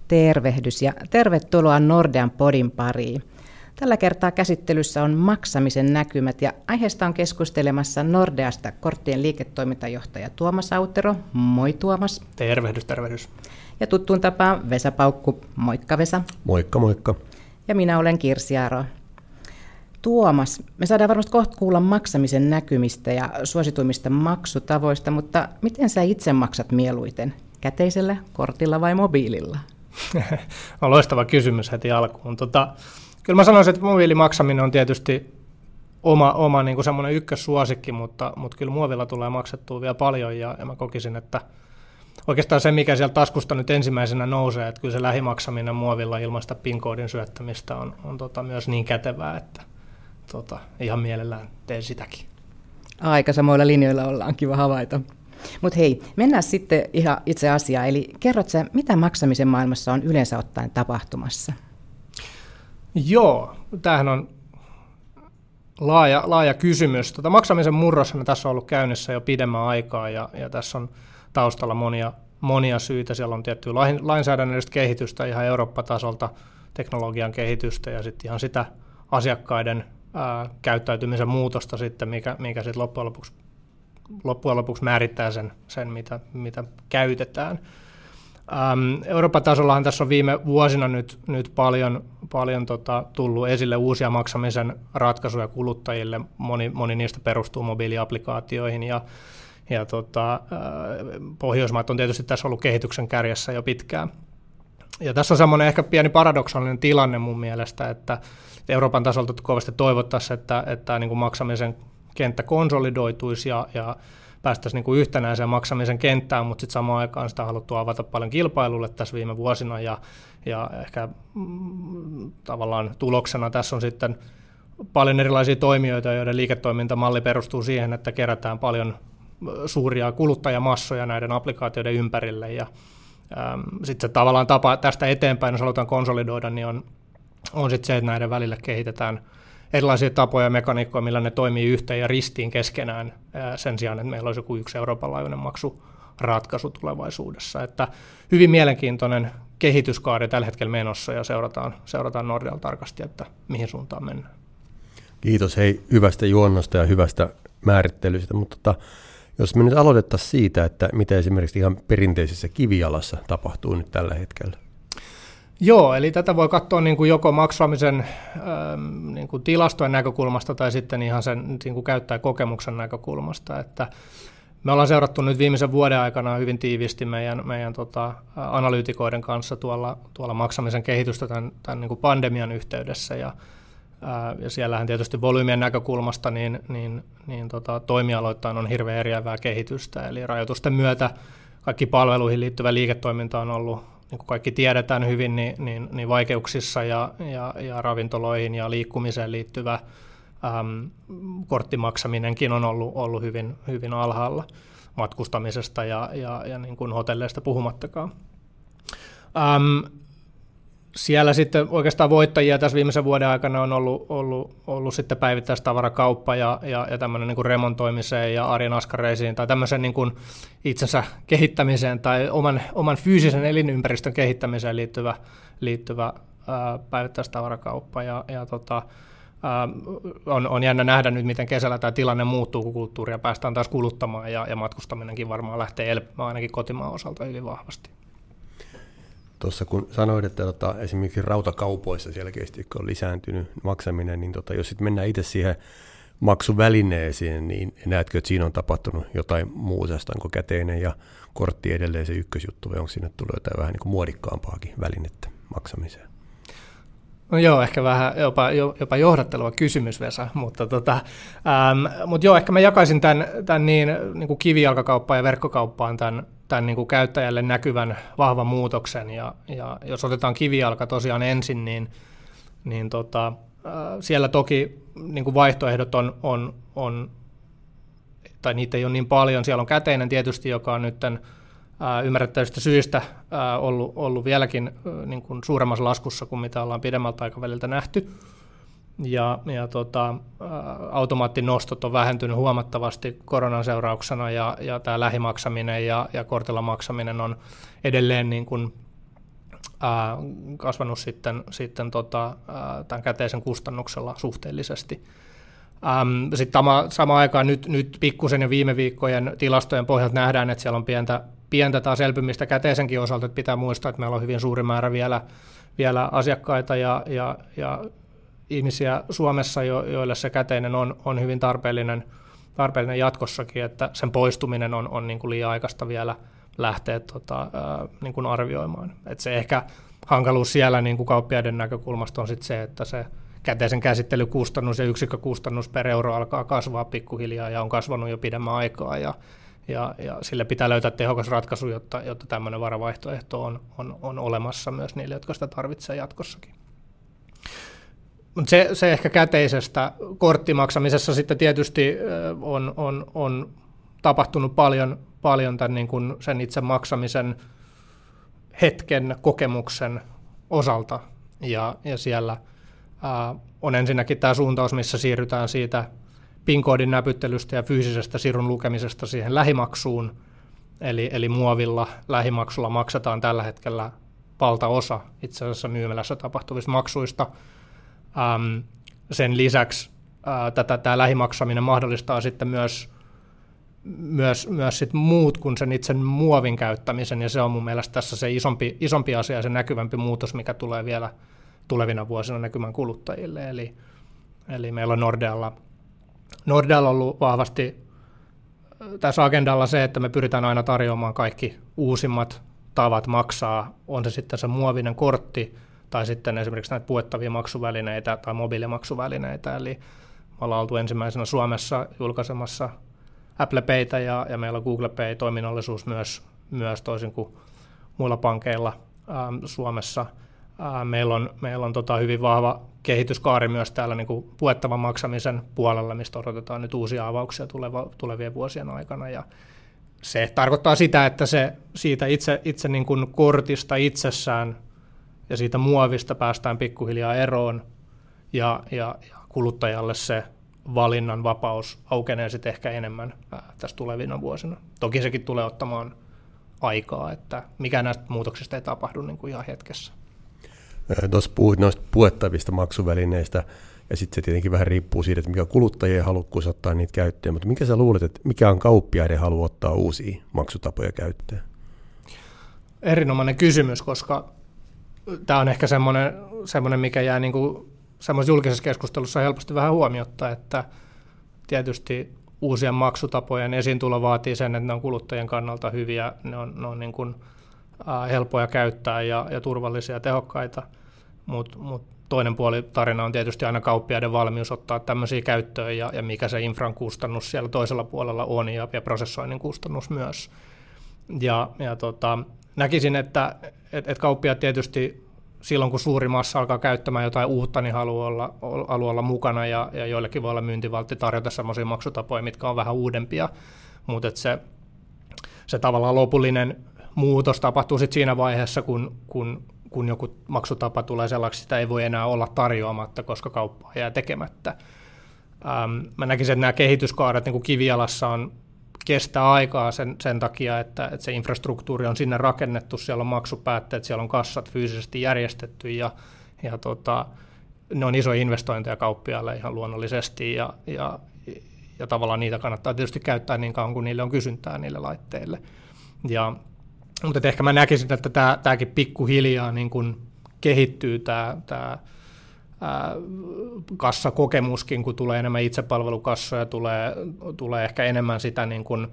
Tervehdys ja tervetuloa Nordean podin pariin. Tällä kertaa käsittelyssä on maksamisen näkymät ja aiheesta on keskustelemassa Nordeasta korttien liiketoimintajohtaja Tuomas Autero. Moi Tuomas. Tervehdys, tervehdys. Ja tuttuun tapaan Vesa Paukku. Moikka Vesa. Moikka, moikka. Ja minä olen Kirsi Aro. Tuomas, me saadaan varmasti kohta kuulla maksamisen näkymistä ja suosituimmista maksutavoista, mutta miten sä itse maksat mieluiten? Käteisellä, kortilla vai mobiililla? On loistava kysymys heti alkuun. Kyllä mä sanoisin, että mobiilimaksaminen on tietysti oma niin kuin semmoinen ykkössuosikki, mutta kyllä muovilla tulee maksettua vielä paljon ja mä kokisin, että oikeastaan se, mikä sieltä taskusta nyt ensimmäisenä nousee, että kyllä se lähimaksaminen muovilla ilman sitä PIN-koodin syöttämistä on myös niin kätevää, että ihan mielellään teen sitäkin. Aika samoilla linjoilla ollaan, kiva havaita. Mutta hei, mennään sitten ihan itse asiaan. Eli kerrot sä, mitä maksamisen maailmassa on yleensä ottaen tapahtumassa? Joo, tämähän on laaja kysymys. Maksamisen murroshan tässä on ollut käynnissä jo pidemmän aikaa ja tässä on taustalla monia syitä. Siellä on tiettyä lainsäädännöllistä kehitystä ihan Eurooppa-tasolta, teknologian kehitystä ja sitten ihan sitä asiakkaiden käyttäytymisen muutosta sitten, mikä sitten loppujen lopuksi määrittää sen mitä käytetään. Euroopan tasollahan tässä on viime vuosina nyt paljon tullut esille uusia maksamisen ratkaisuja kuluttajille. Moni niistä perustuu mobiiliaplikaatioihin ja Pohjoismaat on tietysti tässä ollut kehityksen kärjessä jo pitkään. Ja tässä on semmoinen ehkä pieni paradoksaalinen tilanne mun mielestä, että Euroopan tasolta kovasti toivottaisiin, että niin kuin maksamisen kenttä konsolidoituisi ja päästäisiin niin kuin yhtenäiseen maksamisen kenttään, mutta sitten samaan aikaan sitä on haluttu avata paljon kilpailulle tässä viime vuosina ja ehkä tavallaan tuloksena tässä on sitten paljon erilaisia toimijoita, joiden liiketoimintamalli perustuu siihen, että kerätään paljon suuria kuluttajamassoja näiden applikaatioiden ympärille ja sitten se tavallaan tapa tästä eteenpäin, jos halutaan konsolidoida, niin on sitten se, että näiden välillä kehitetään erilaisia tapoja ja mekaniikkoja, millä ne toimii yhteen ja ristiin keskenään sen sijaan, että meillä olisi joku yksi Euroopan laajuinen maksuratkaisu tulevaisuudessa. Että hyvin mielenkiintoinen kehityskaari tällä hetkellä menossa ja seurataan Nordealla tarkasti, että mihin suuntaan mennään. Kiitos hyvästä juonnosta ja hyvästä määrittelystä, mutta jos me nyt aloitettaisiin siitä, että mitä esimerkiksi ihan perinteisessä kivijalassa tapahtuu nyt tällä hetkellä. Joo, eli tätä voi katsoa niin kuin joko maksamisen niin kuin tilastojen näkökulmasta tai sitten ihan sen niin kuin käyttäjäkokemuksen näkökulmasta. Että me ollaan seurattu nyt viimeisen vuoden aikana hyvin tiiviisti meidän analyytikoiden kanssa tuolla maksamisen kehitystä tämän niin kuin pandemian yhteydessä ja siellähän tietysti volyymien näkökulmasta niin toimialoittain on hirveän eriävää kehitystä, eli rajoitusten myötä kaikki palveluihin liittyvä liiketoiminta on ollut, niin kuin kaikki tiedetään hyvin, niin vaikeuksissa ja ravintoloihin ja liikkumiseen liittyvä korttimaksaminenkin on ollut hyvin, hyvin alhaalla matkustamisesta ja niin kuin hotelleista puhumattakaan. Siellä sitten oikeastaan voittajia tässä viimeisen vuoden aikana on ollut sitten päivittäistavarakauppa ja tämmöinen niin kuin remontoimiseen ja arjen askareisiin tai tämmöisen niin kuin itsensä kehittämiseen tai oman fyysisen elinympäristön kehittämiseen liittyvä päivittäistavarakauppa on jännä nähdä nyt, miten kesällä tämä tilanne muuttuu, kun kulttuuria päästään taas kuluttamaan ja matkustaminenkin varmaan lähtee elpymään ainakin kotimaan osalta hyvin vahvasti. Tuossa kun sanoit, että esimerkiksi rautakaupoissa selkeästi on lisääntynyt maksaminen, niin jos sitten mennään itse siihen maksuvälineeseen, niin näetkö, että siinä on tapahtunut jotain muuta, onko käteinen ja kortti edelleen se ykkösjuttu, vai onko sinne tullut jotain vähän niin kuin muodikkaampaakin välinettä maksamiseen? No joo, ehkä vähän jopa johdatteleva kysymys, Vesa, mutta joo, ehkä mä jakaisin tämän niin kuin kivijalkakauppaan ja verkkokauppaan tämän niin kuin käyttäjälle näkyvän vahvan muutoksen, ja jos otetaan kivijalka tosiaan ensin, niin siellä toki niin kuin vaihtoehdot on, tai niitä ei ole niin paljon, siellä on käteinen tietysti, joka on nyt ymmärrettävistä syistä ollut vieläkin niin kuin suuremmassa laskussa kuin mitä ollaan pidemmältä aikaväliltä nähty. Ja automaattinostot on vähentynyt huomattavasti koronan seurauksena ja tämä lähimaksaminen ja kortilla maksaminen on edelleen niin kuin kasvanut sitten tämän käteisen kustannuksella suhteellisesti. Sitten samaan aikaan nyt pikkusen ja viime viikkojen tilastojen pohjalta nähdään, että siellä on pientä taas elpymistä käteisenkin osalta, että pitää muistaa, että meillä on hyvin suuri määrä vielä asiakkaita ja ihmisiä Suomessa, joille se käteinen on hyvin tarpeellinen jatkossakin, että sen poistuminen on niin kuin liian aikaista vielä lähteä niin kuin arvioimaan. Et se ehkä hankaluus siellä niin kuin kauppiaiden näkökulmasta on sit se, että se käteisen käsittelykustannus ja yksikkökustannus per euro alkaa kasvaa pikkuhiljaa ja on kasvanut jo pidemmän aikaa ja sille pitää löytää tehokas ratkaisu, jotta tämmöinen varavaihtoehto on olemassa myös niille, jotka sitä tarvitsee jatkossakin. Se ehkä käteisestä korttimaksamisessa sitten tietysti on tapahtunut paljon tämän niin kuin sen itse maksamisen hetken kokemuksen osalta ja siellä on ensinnäkin tämä suuntaus, missä siirrytään siitä PIN-koodin näpyttelystä ja fyysisestä sirun lukemisesta siihen lähimaksuun, eli muovilla lähimaksulla maksetaan tällä hetkellä valtaosa itse asiassa myymälässä tapahtuvista maksuista. Sen lisäksi tämä lähimaksaminen mahdollistaa sitten myös sit muut kuin sen itse muovin käyttämisen, ja se on mun mielestä tässä se isompi asia ja se näkyvämpi muutos, mikä tulee vielä tulevina vuosina näkymään kuluttajille. Eli meillä on Nordealla ollut vahvasti tässä agendalla se, että me pyritään aina tarjoamaan kaikki uusimmat tavat maksaa, on se sitten se muovinen kortti tai sitten esimerkiksi näitä puettavia maksuvälineitä tai mobiilimaksuvälineitä. Eli me ollaan oltu ensimmäisenä Suomessa julkaisemassa Apple Paytä ja meillä on Google Pay -toiminnallisuus myös toisin kuin muilla pankeilla Suomessa. Meillä on hyvin vahva kehityskaari myös täällä niin kuin puettavan maksamisen puolella, mistä odotetaan nyt uusia avauksia tulevien vuosien aikana. Ja se tarkoittaa sitä, että se siitä itse niin kuin kortista itsessään ja siitä muovista päästään pikkuhiljaa eroon ja kuluttajalle se valinnan vapaus aukenee sitten ehkä enemmän tässä tulevina vuosina. Toki sekin tulee ottamaan aikaa, että mikään näistä muutoksista ei tapahdu niin kuin ihan hetkessä. Tuossa puhuit noista puettavista maksuvälineistä, ja sitten se tietenkin vähän riippuu siitä, että mikä on kuluttajien halukkuus ottaa niitä käyttöön, mutta mikä sä luulet, että mikä on kauppiaiden halu ottaa uusia maksutapoja käyttöön? Erinomainen kysymys, koska tämä on ehkä semmoinen mikä jää niin kuin semmoisessa julkisessa keskustelussa helposti vähän huomiotta, että tietysti uusien maksutapojen esiintulo vaatii sen, että ne on kuluttajien kannalta hyviä, ne on niin kuin helppoja käyttää ja turvallisia ja tehokkaita, mutta toinen puoli tarina on tietysti aina kauppiaiden valmius ottaa tämmöisiä käyttöön ja mikä se infran kustannus siellä toisella puolella on ja prosessoinnin kustannus myös. Näkisin, että kauppiaat tietysti silloin, kun suuri massa alkaa käyttämään jotain uutta, niin haluaa olla mukana ja joillekin voi olla myyntivaltti tarjota sellaisia maksutapoja, mitkä on vähän uudempia, mutta se tavallaan lopullinen muutos tapahtuu sitten siinä vaiheessa, kun joku maksutapa tulee sellaiseksi, sitä ei voi enää olla tarjoamatta, koska kauppaa jää tekemättä. Mä näkisin, että nämä kehityskaaret niin kuin kivijalassa kestää aikaa sen takia, että se infrastruktuuri on sinne rakennettu, siellä on maksupäätteet, siellä on kassat fyysisesti järjestetty ja ne on isoja investointeja kauppiaille ihan luonnollisesti ja tavallaan niitä kannattaa tietysti käyttää niin kauan, kun niille on kysyntää niille laitteille. Mutta ehkä mä näkisin, että tämäkin pikkuhiljaa niin kun kehittyy tämä kassakokemuskin, kun tulee enemmän itsepalvelukassoja, tulee ehkä enemmän sitä niin kun,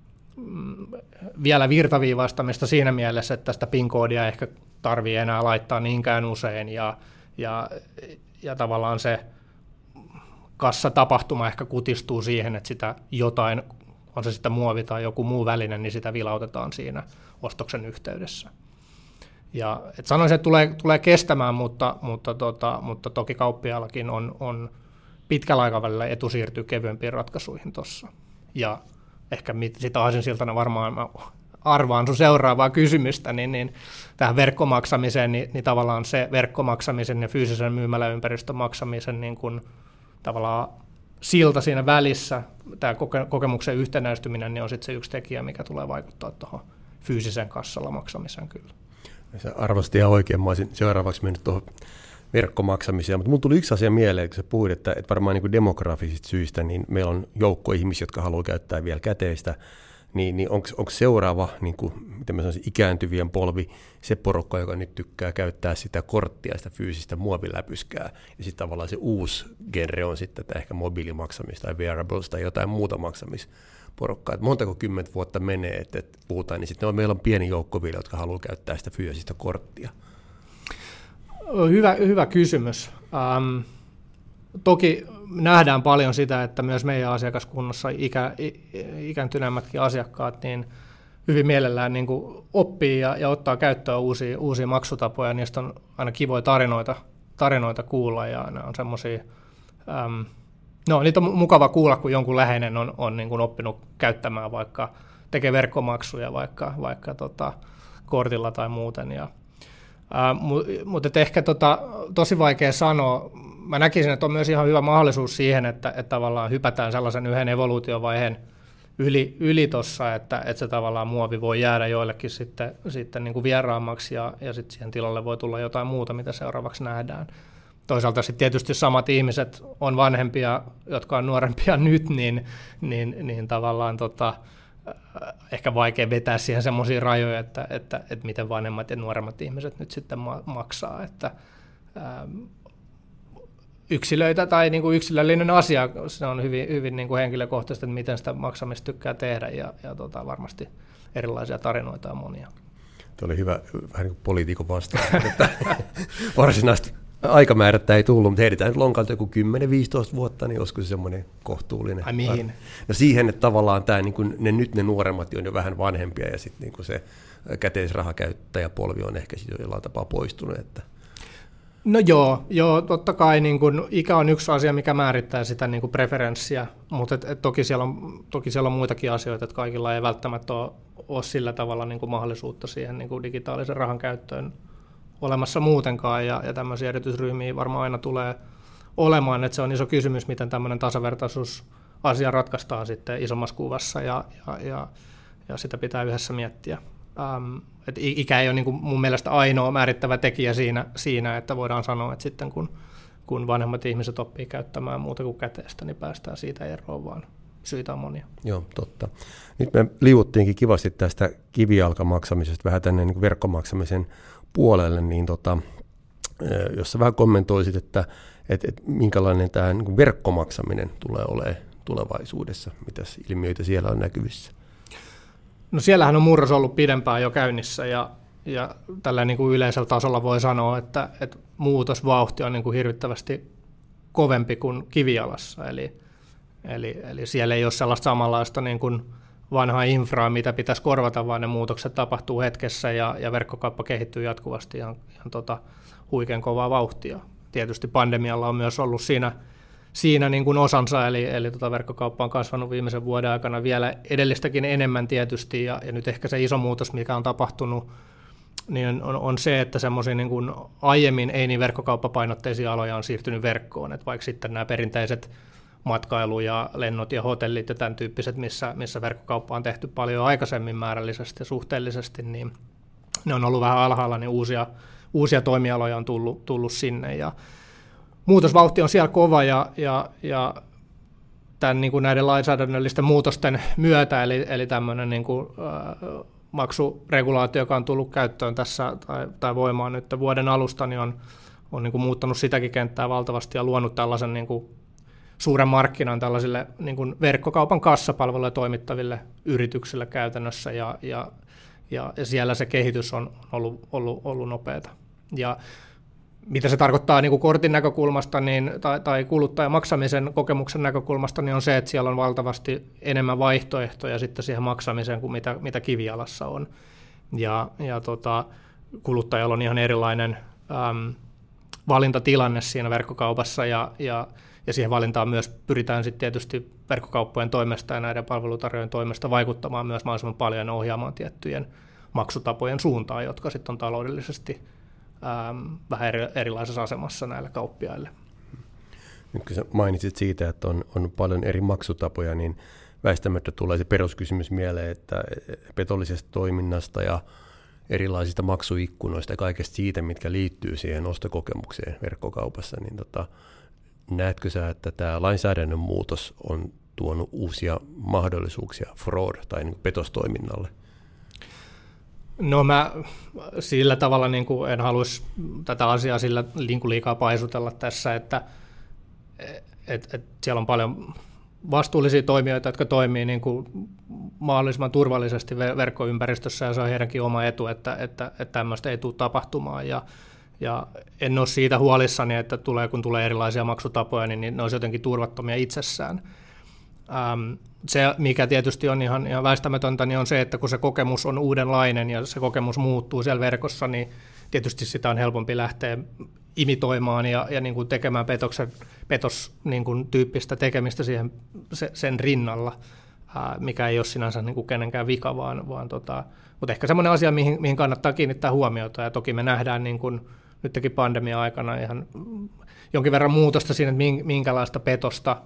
vielä virtaviivaistamista siinä mielessä, että sitä PIN-koodia ehkä tarvii enää laittaa niinkään usein ja tavallaan se kassatapahtuma ehkä kutistuu siihen, että sitä jotain, on se sitten muovi tai joku muu väline, niin sitä vilautetaan siinä ostoksen yhteydessä. Ja sanoisin, että tulee kestämään, mutta toki kauppiaallakin on pitkällä aikavälillä etu siirtyy kevyempiin ratkaisuihin tuossa. Ja ehkä sitä aasinsiltana varmaan mä arvaan sun seuraavaa kysymystä, niin tähän verkkomaksamiseen, niin tavallaan se verkkomaksamisen ja fyysisen myymäläympäristön maksamisen niin kuin tavallaan silta siinä välissä, tämä kokemuksen yhtenäistyminen, niin on sitten se yksi tekijä, mikä tulee vaikuttaa tuohon fyysisen kassalla maksamiseen kyllä. Se arvostin ihan oikein. Mä olisin seuraavaksi mennyt tuohon verkkomaksamiseen, mutta mulla tuli yksi asia mieleen, kun sä puhuit, että varmaan niin kuin demografisista syistä niin meillä on joukko ihmisiä, jotka haluaa käyttää vielä käteistä, niin onko seuraava, niin kuin, miten mä sanoisin, ikääntyvien polvi, se porukka, joka nyt tykkää käyttää sitä korttia, sitä fyysistä muoviläpyskää, ja sitten tavallaan se uusi genre on sitten ehkä mobiilimaksamista tai wearables tai jotain muuta maksamisporukkaa. Et montako 10 vuotta menee, että puhutaan, niin sitten meillä on pieni joukko vielä, jotka haluaa käyttää sitä fyysistä korttia. Hyvä kysymys. Toki nähdään paljon sitä, että myös meidän asiakaskunnassa ikääntyneemmätkin asiakkaat niin hyvin mielellään niin kuin oppii ja ottaa käyttöön uusia maksutapoja. Niistä on aina kivoja tarinoita kuulla ja ne on semmoisia, niitä on mukava kuulla, kun jonkun läheinen on niin kuin oppinut käyttämään, vaikka tekee verkkomaksuja vaikka kortilla tai muuten. Mutta ehkä tosi vaikea sanoa. Mä näkisin, että on myös ihan hyvä mahdollisuus siihen, että tavallaan hypätään sellaisen yhden evoluutiovaiheen yli tuossa, että se tavallaan muovi voi jäädä joillekin sitten niin kuin vieraammaksi ja sitten siihen tilalle voi tulla jotain muuta, mitä seuraavaksi nähdään. Toisaalta sitten tietysti samat ihmiset on vanhempia, jotka on nuorempia nyt, niin tavallaan ehkä vaikea vetää siihen semmoisia rajoja, että miten vanhemmat ja nuoremmat ihmiset nyt sitten maksaa. Että, yksilöitä tai niin kuin yksilöllinen asia, se on hyvin niin kuin henkilökohtaisesti, että miten sitä maksamista tykkää tehdä ja varmasti erilaisia tarinoita on monia. Tuo oli hyvä vähän niin kuin poliitikon vastaus, että varsinaista aikamäärättä ei tullut, mutta heidetään nyt lonkalta joku 10-15 vuotta, niin olisiko se semmoinen kohtuullinen. Ai mihin? No siihen, että tavallaan tämä, niin kuin ne nuoremmat on jo vähän vanhempia ja sitten niin kuin se käteisrahakäyttäjäpolvi on ehkä sitten jollain tapaa poistunut. Että. No joo, totta kai niin kuin ikä on yksi asia, mikä määrittää sitä niin kuin preferenssiä, mutta toki siellä on muitakin asioita, että kaikilla ei välttämättä ole sillä tavalla niin kuin mahdollisuutta siihen niin kuin digitaalisen rahan käyttöön olemassa muutenkaan, ja tämmöisiä erityisryhmiä varmaan aina tulee olemaan, että se on iso kysymys, miten tämmöinen tasavertaisuusasia ratkaistaan sitten isommassa kuvassa, ja sitä pitää yhdessä miettiä. Et ikä ei ole niin kuin mun mielestä ainoa määrittävä tekijä siinä, että voidaan sanoa, että sitten kun vanhemmat ihmiset oppii käyttämään muuta kuin käteistä, niin päästään siitä eroon, vaan syitä on monia. Joo, totta. Nyt me liuuttiinkin kivasti tästä kivijalkamaksamisesta vähän tänne niin kuin verkkomaksamisen puolelle, niin jos sä vähän kommentoisit, että minkälainen tämä niin kuin verkkomaksaminen tulee olemaan tulevaisuudessa, mitä ilmiöitä siellä on näkyvissä? No siellähän on murros ollut pidempään jo käynnissä ja tällä niin kuin yleisellä tasolla voi sanoa, että muutosvauhti on niin kuin hirvittävästi kovempi kuin kivijalassa, eli siellä ei ole sellaista samanlaista niin kuin vanhaa infraa, mitä pitäisi korvata, vaan ne muutokset tapahtuu hetkessä ja verkkokauppa kehittyy jatkuvasti ihan huikean kovaa vauhtia. Tietysti pandemialla on myös ollut siinä niin kuin osansa, eli verkkokauppa on kasvanut viimeisen vuoden aikana vielä edellistäkin enemmän tietysti, ja nyt ehkä se iso muutos, mikä on tapahtunut, niin on se, että semmoisia niin kuin aiemmin ei niin verkkokauppapainotteisia aloja on siirtynyt verkkoon, että vaikka sitten nämä perinteiset matkailu ja lennot ja hotellit ja tämän tyyppiset, missä verkkokauppa on tehty paljon aikaisemmin määrällisesti ja suhteellisesti, niin ne on ollut vähän alhaalla, niin uusia toimialoja on tullut sinne, ja muutosvauhti on siellä kova, ja tämän, niin kuin näiden lainsäädännöllisten muutosten myötä, eli tämmöinen niin kuin, maksuregulaatio, joka on tullut käyttöön tässä tai voimaan nyt vuoden alusta, niin on niin kuin muuttanut sitäkin kenttää valtavasti ja luonut tällaisen niin kuin suuren markkinan tällaisille niin kuin verkkokaupan kassapalveluja toimittaville yrityksille käytännössä, ja siellä se kehitys on ollut nopeata. Ja mitä se tarkoittaa niin kuin kortin näkökulmasta tai kuluttajan maksamisen kokemuksen näkökulmasta, niin on se, että siellä on valtavasti enemmän vaihtoehtoja sitten siihen maksamiseen kuin mitä kivijalassa on. Ja kuluttajalla on ihan erilainen valintatilanne siinä verkkokaupassa, ja siihen valintaan myös pyritään sitten tietysti verkkokauppojen toimesta ja näiden palvelutarjoajien toimesta vaikuttamaan myös mahdollisimman paljon ja ohjaamaan tiettyjen maksutapojen suuntaan, jotka sitten on taloudellisesti vähän erilaisessa asemassa näille kauppiaille. Nyt kun sä mainitsit siitä, että on paljon eri maksutapoja, niin väistämättä tulee se peruskysymys mieleen, että petollisesta toiminnasta ja erilaisista maksuikkunoista ja kaikesta siitä, mitkä liittyy siihen ostokokemukseen verkkokaupassa, niin näetkö sä, että tämä lainsäädännön muutos on tuonut uusia mahdollisuuksia fraud- tai niin kuin petostoiminnalle? No mä sillä tavalla niin kuin en haluaisi tätä asiaa sillä niin kuin liikaa paisutella tässä, että siellä on paljon vastuullisia toimijoita, jotka toimii niin kuin mahdollisimman turvallisesti verkkoympäristössä, ja se on heidänkin oma etu, että tämmöistä ei tule tapahtumaan. Ja en ole siitä huolissani, että kun tulee erilaisia maksutapoja, niin ne olisi jotenkin turvattomia itsessään. Se, mikä tietysti on ihan väistämätöntä, niin on se, että kun se kokemus on uudenlainen ja se kokemus muuttuu siellä verkossa, niin tietysti sitä on helpompi lähteä imitoimaan ja niin kuin tekemään petos niin kuin tyyppistä tekemistä sen rinnalla, mikä ei ole sinänsä niin kuin kenenkään vika, mutta ehkä semmoinen asia, mihin kannattaa kiinnittää huomiota, ja toki me nähdään niin kuin nytkin pandemia-aikana ihan jonkin verran muutosta siinä, että minkälaista petosta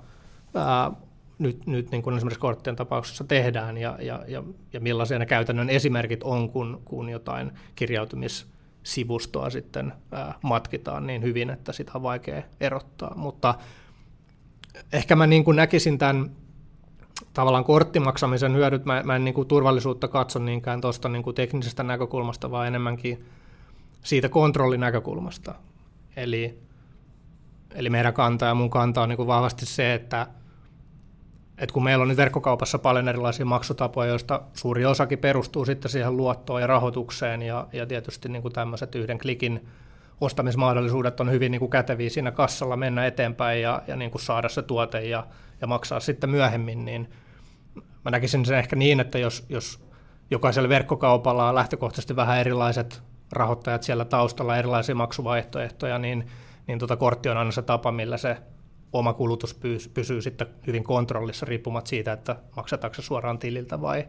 nyt niin kuin esimerkiksi korttien tapauksessa tehdään ja millaisia ne käytännön esimerkit on, kun jotain kirjautumissivustoa sitten matkitaan niin hyvin, että sitä on vaikea erottaa. Mutta ehkä mä niin kuin näkisin tämän tavallaan korttimaksamisen hyödyt, mä en niin kuin turvallisuutta katso niinkään tuosta niin kuin teknisestä näkökulmasta, vaan enemmänkin siitä kontrollinäkökulmasta. Eli meidän kanta ja mun kanta on niin kuin vahvasti se, että kun meillä on nyt verkkokaupassa paljon erilaisia maksutapoja, joista suuri osakin perustuu sitten siihen luottoon ja rahoitukseen, ja tietysti niin kuin tämmöiset yhden klikin ostamismahdollisuudet on hyvin niin kuin käteviä siinä kassalla mennä eteenpäin ja niin kuin saada se tuote ja maksaa sitten myöhemmin, niin mä näkisin sen ehkä niin, että jos jokaisella verkkokaupalla on lähtökohtaisesti vähän erilaiset rahoittajat siellä taustalla, erilaisia maksuvaihtoehtoja, niin kortti on aina se tapa, millä se oma kulutus pysyy sitten hyvin kontrollissa riippumatta siitä, että maksetaanko se suoraan tililtä vai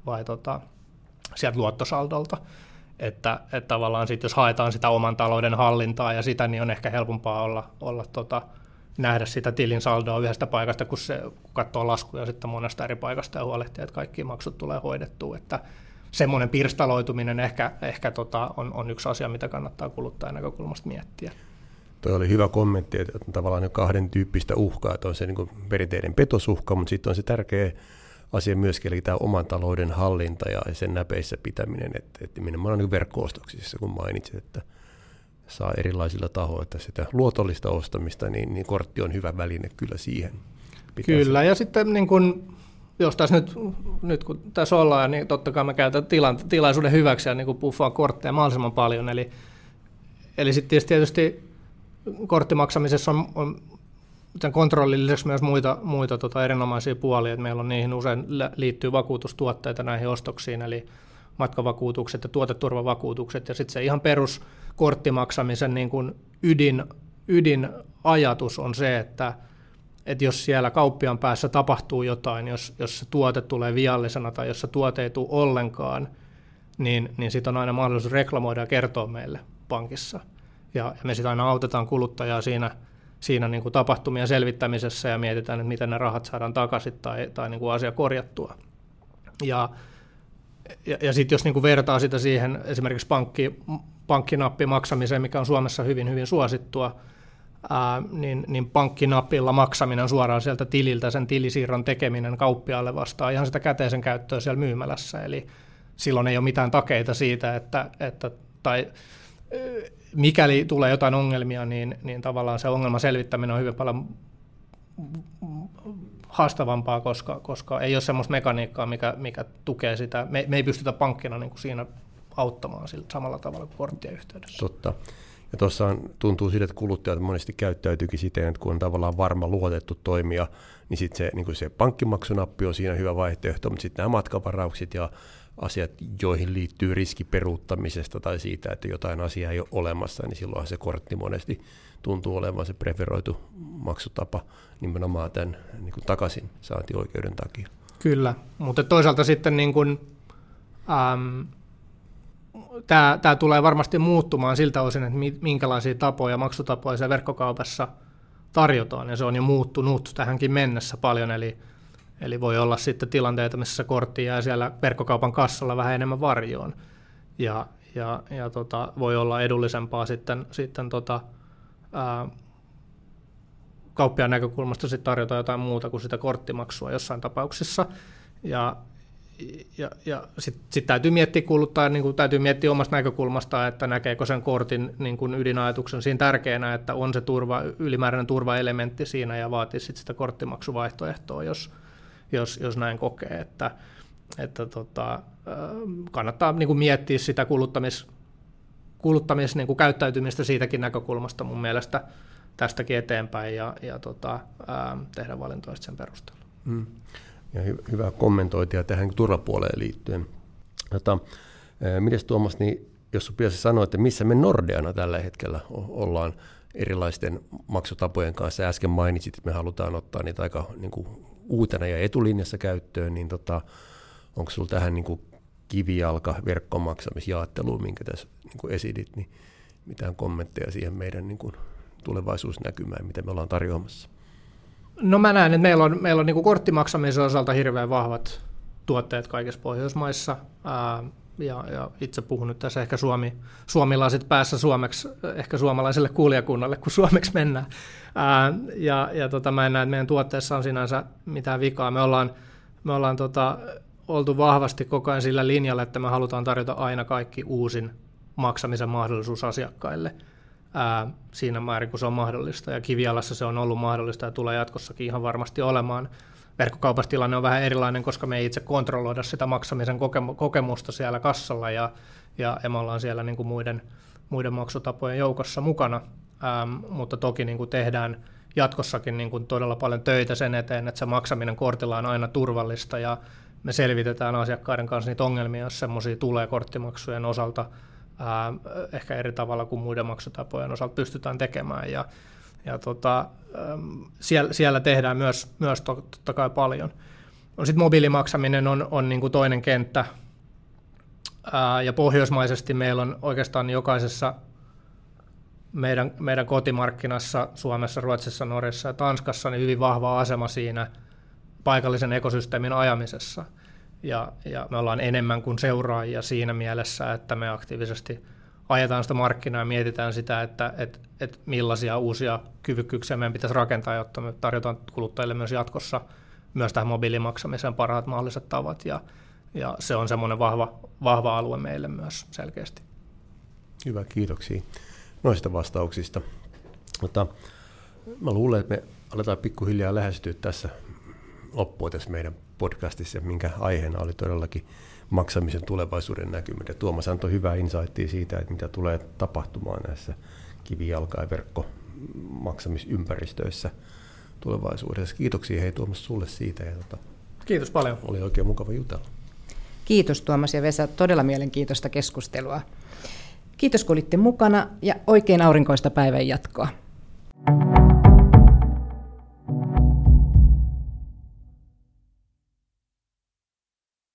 sieltä luottosaldolta. Että tavallaan sitten jos haetaan sitä oman talouden hallintaa ja sitä, niin on ehkä helpompaa olla nähdä sitä tilin saldoa yhdestä paikasta, kun katsoo laskuja sitten monesta eri paikasta ja huolehtii, että kaikki maksut tulee hoidettua. Että semmoinen pirstaloituminen ehkä on yksi asia, mitä kannattaa kuluttajan näkökulmasta miettiä. Tuo oli hyvä kommentti, että on tavallaan jo kahden tyyppistä uhkaa, että on se niin kuin perinteinen petosuhka, mutta sitten on se tärkeä asia myöskin, eli tämä oman talouden hallinta ja sen näpeissä pitäminen, että nimenomaan on niin verkko-ostoksissa, kun mainitsit, että saa erilaisilla tahoilla sitä luotollista ostamista, niin kortti on hyvä väline kyllä siihen. Kyllä, ja sitten niin kun, jos tässä nyt kun tässä ollaan, niin totta kai me käytetään tilaisuuden hyväksi ja niin puffaan kortteja mahdollisimman paljon, eli sitten tietysti korttimaksamisessa on sen kontrollin lisäksi myös muita erinomaisia puolia, että meillä on niihin usein liittyy vakuutustuotteita näihin ostoksiin, eli matkavakuutukset ja tuoteturvavakuutukset, ja sitten se ihan perus korttimaksamisen niin kuin ydinajatus on se, että jos siellä kauppiaan päässä tapahtuu jotain, jos se tuote tulee viallisena tai jos se tuote ei tule ollenkaan, niin sitten on aina mahdollisuus reklamoida ja kertoa meille pankissa. Ja me sitten aina autetaan kuluttajaa siinä niin kuin tapahtumien selvittämisessä ja mietitään, että miten ne rahat saadaan takaisin tai niin kuin asia korjattua. Ja sitten jos niin kuin vertaa sitä siihen esimerkiksi pankkinappimaksamiseen, mikä on Suomessa hyvin, hyvin suosittua, niin pankkinappilla maksaminen suoraan sieltä tililtä, sen tilisiirron tekeminen kauppiaalle vastaa ihan sitä käteisen käyttöä siellä myymälässä. Eli silloin ei ole mitään takeita siitä, tai mikäli tulee jotain ongelmia, niin tavallaan se ongelman selvittäminen on hyvin paljon haastavampaa, koska ei ole semmoista mekaniikkaa, mikä tukee sitä. Me ei pystytä pankkina niin kuin siinä auttamaan sillä samalla tavalla kuin korttien yhteydessä. Totta. Ja tuossa tuntuu siltä, että kuluttajat monesti käyttäytyykin siten, että kun on tavallaan varma luotettu toimija, niin sitten se pankkimaksunappi on siinä hyvä vaihtoehto, mutta sitten nämä matkavaraukset ja asiat, joihin liittyy riski peruuttamisesta tai siitä, että jotain asiaa ei ole olemassa, niin silloinhan se kortti monesti tuntuu olevan se preferoitu maksutapa nimenomaan tämän niin kuin takaisin saantioikeuden takia. Kyllä, mutta toisaalta sitten niin kuin, tämä tulee varmasti muuttumaan siltä osin, että minkälaisia maksutapoja se verkkokaupassa tarjotaan, ja se on jo muuttunut tähänkin mennessä paljon, eli voi olla sitten tilanteita, missä se kortti jää siellä verkkokaupan kassalla vähän enemmän varjoon. Ja ja voi olla edullisempaa sitten kauppiaan näkökulmasta sit tarjota jotain muuta kuin sitä korttimaksua jossain tapauksissa. Ja sitten täytyy miettiä kuluttajan, niin täytyy miettiä omasta näkökulmasta, että näkeekö sen kortin niin kuin ydinajatuksen siinä tärkeänä, että on se ylimääräinen turvaelementti siinä ja vaatii sit sitä korttimaksuvaihtoehtoa, jos näin kokee, että kannattaa niin kuin miettiä sitä kuluttamis niin kuin käyttäytymistä siitäkin näkökulmasta mun mielestä tästäkin eteenpäin ja tehdä valintoja sen perusteella. Ja hyvää kommentointia tähän turvapuoleen liittyen. Mites Tuomas, niin jos pitäisi sanoa, että missä me Nordeana tällä hetkellä ollaan erilaisten maksutapojen kanssa, äsken mainitsit, että me halutaan ottaa niitä aika niin kuin uutena ja etulinjassa käyttöön, niin onko sinulla tähän niin kuin kivijalka verkkomaksamisjaotteluun, minkä tässä niin kuin esitit, niin mitään kommentteja siihen meidän niin kuin tulevaisuusnäkymään, mitä me ollaan tarjoamassa? No mä näen, että meillä on niin kuin korttimaksamisen osalta hirveän vahvat tuotteet kaikissa Pohjoismaissa, ja itse puhun nyt tässä ehkä suomilaiset päässä suomeksi, ehkä suomalaiselle kuulijakunnalle, kun suomeksi mennään. Mä en näe, että meidän tuotteessa on sinänsä mitään vikaa. Me ollaan oltu vahvasti koko ajan sillä linjalla, että me halutaan tarjota aina kaikki uusin maksamisen mahdollisuus asiakkaille siinä määrin, kun se on mahdollista. Ja Kivijalassa se on ollut mahdollista ja tulee jatkossakin ihan varmasti olemaan. Verkkokaupassa tilanne on vähän erilainen, koska me ei itse kontrolloida sitä maksamisen kokemusta siellä kassalla ja me ollaan siellä niin kuin muiden maksutapojen joukossa mukana, mutta toki niin kuin tehdään jatkossakin niin kuin todella paljon töitä sen eteen, että se maksaminen kortilla on aina turvallista ja me selvitetään asiakkaiden kanssa niitä ongelmia, jos semmoisia tulee korttimaksujen osalta ehkä eri tavalla kuin muiden maksutapojen osalta pystytään tekemään siellä tehdään myös totta kai paljon. Sitten mobiilimaksaminen on niin kuin toinen kenttä, ja pohjoismaisesti meillä on oikeastaan jokaisessa meidän kotimarkkinassa, Suomessa, Ruotsissa, Norjassa ja Tanskassa, niin hyvin vahva asema siinä paikallisen ekosysteemin ajamisessa. Ja me ollaan enemmän kuin seuraajia siinä mielessä, että me aktiivisesti ajetaan sitä markkinaa ja mietitään sitä, että millaisia uusia kyvykkyyksiä meidän pitäisi rakentaa, jotta me tarjotaan kuluttajille myös jatkossa myös tähän mobiilimaksamiseen parhaat mahdolliset tavat. Ja se on semmoinen vahva alue meille myös selkeästi. Hyvä, kiitoksia noista vastauksista. Mä luulen, että me aletaan pikkuhiljaa lähestyä tässä loppua tässä meidän podcastissa, minkä aiheena oli todellakin maksamisen tulevaisuuden näkymät. Ja Tuomas antoi hyvää insightia siitä, että mitä tulee tapahtumaan näissä kivijalka- ja verkkomaksamisympäristöissä tulevaisuudessa. Kiitoksia hei Tuomas sulle siitä. Kiitos paljon. Oli oikein mukava jutella. Kiitos Tuomas ja Vesa, todella mielenkiintoista keskustelua. Kiitos kun olitte mukana ja oikein aurinkoista päivän jatkoa.